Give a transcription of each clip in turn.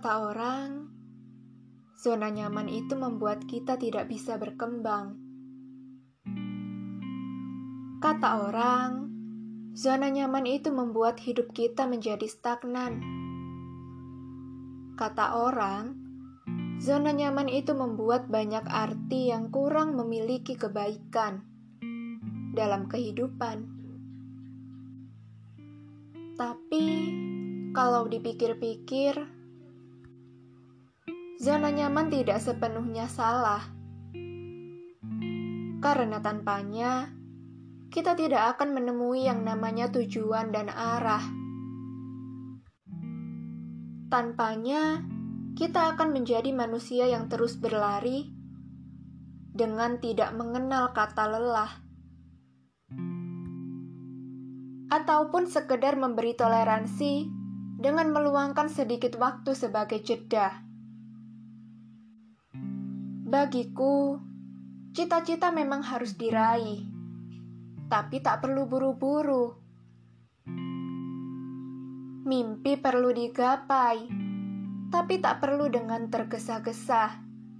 Kata orang, zona nyaman itu membuat kita tidak bisa berkembang. Kata orang, zona nyaman itu membuat hidup kita menjadi stagnan. Kata orang, zona nyaman itu membuat banyak arti yang kurang memiliki kebaikan dalam kehidupan. Tapi, kalau dipikir-pikir, zona nyaman tidak sepenuhnya salah. Karena tanpanya, kita tidak akan menemui yang namanya tujuan dan arah. Tanpanya, kita akan menjadi manusia yang terus berlari dengan tidak mengenal kata lelah. Ataupun sekedar memberi toleransi dengan meluangkan sedikit waktu sebagai jeda. Bagiku, cita-cita memang harus diraih, tapi tak perlu buru-buru. Mimpi perlu digapai, tapi tak perlu dengan tergesa-gesa.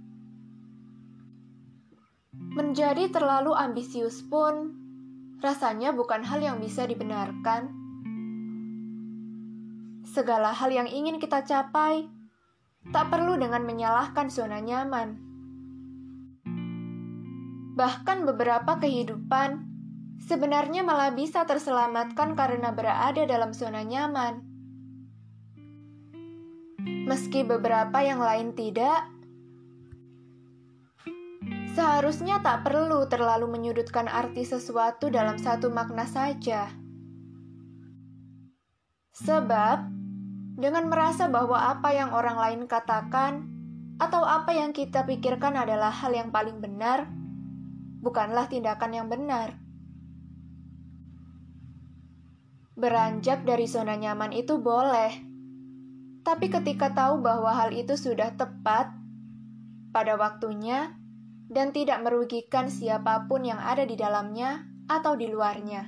Menjadi terlalu ambisius pun rasanya bukan hal yang bisa dibenarkan. Segala hal yang ingin kita capai tak perlu dengan menyalahkan zona nyaman. Bahkan beberapa kehidupan sebenarnya malah bisa terselamatkan karena berada dalam zona nyaman. Meski beberapa yang lain tidak, seharusnya tak perlu terlalu menyudutkan arti sesuatu dalam satu makna saja. Sebab, dengan merasa bahwa apa yang orang lain katakan atau apa yang kita pikirkan adalah hal yang paling benar, bukanlah tindakan yang benar. Beranjak dari zona nyaman itu boleh, tapi ketika tahu bahwa hal itu sudah tepat pada waktunya dan tidak merugikan siapapun yang ada di dalamnya atau di luarnya.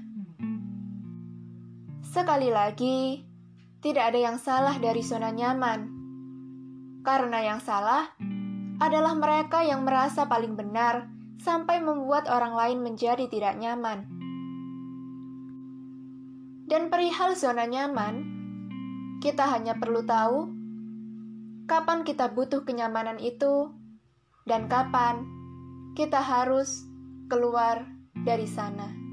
Sekali lagi, tidak ada yang salah dari zona nyaman, karena yang salah adalah mereka yang merasa paling benar sampai membuat orang lain menjadi tidak nyaman. Dan perihal zona nyaman, kita hanya perlu tahu kapan kita butuh kenyamanan itu dan kapan kita harus keluar dari sana.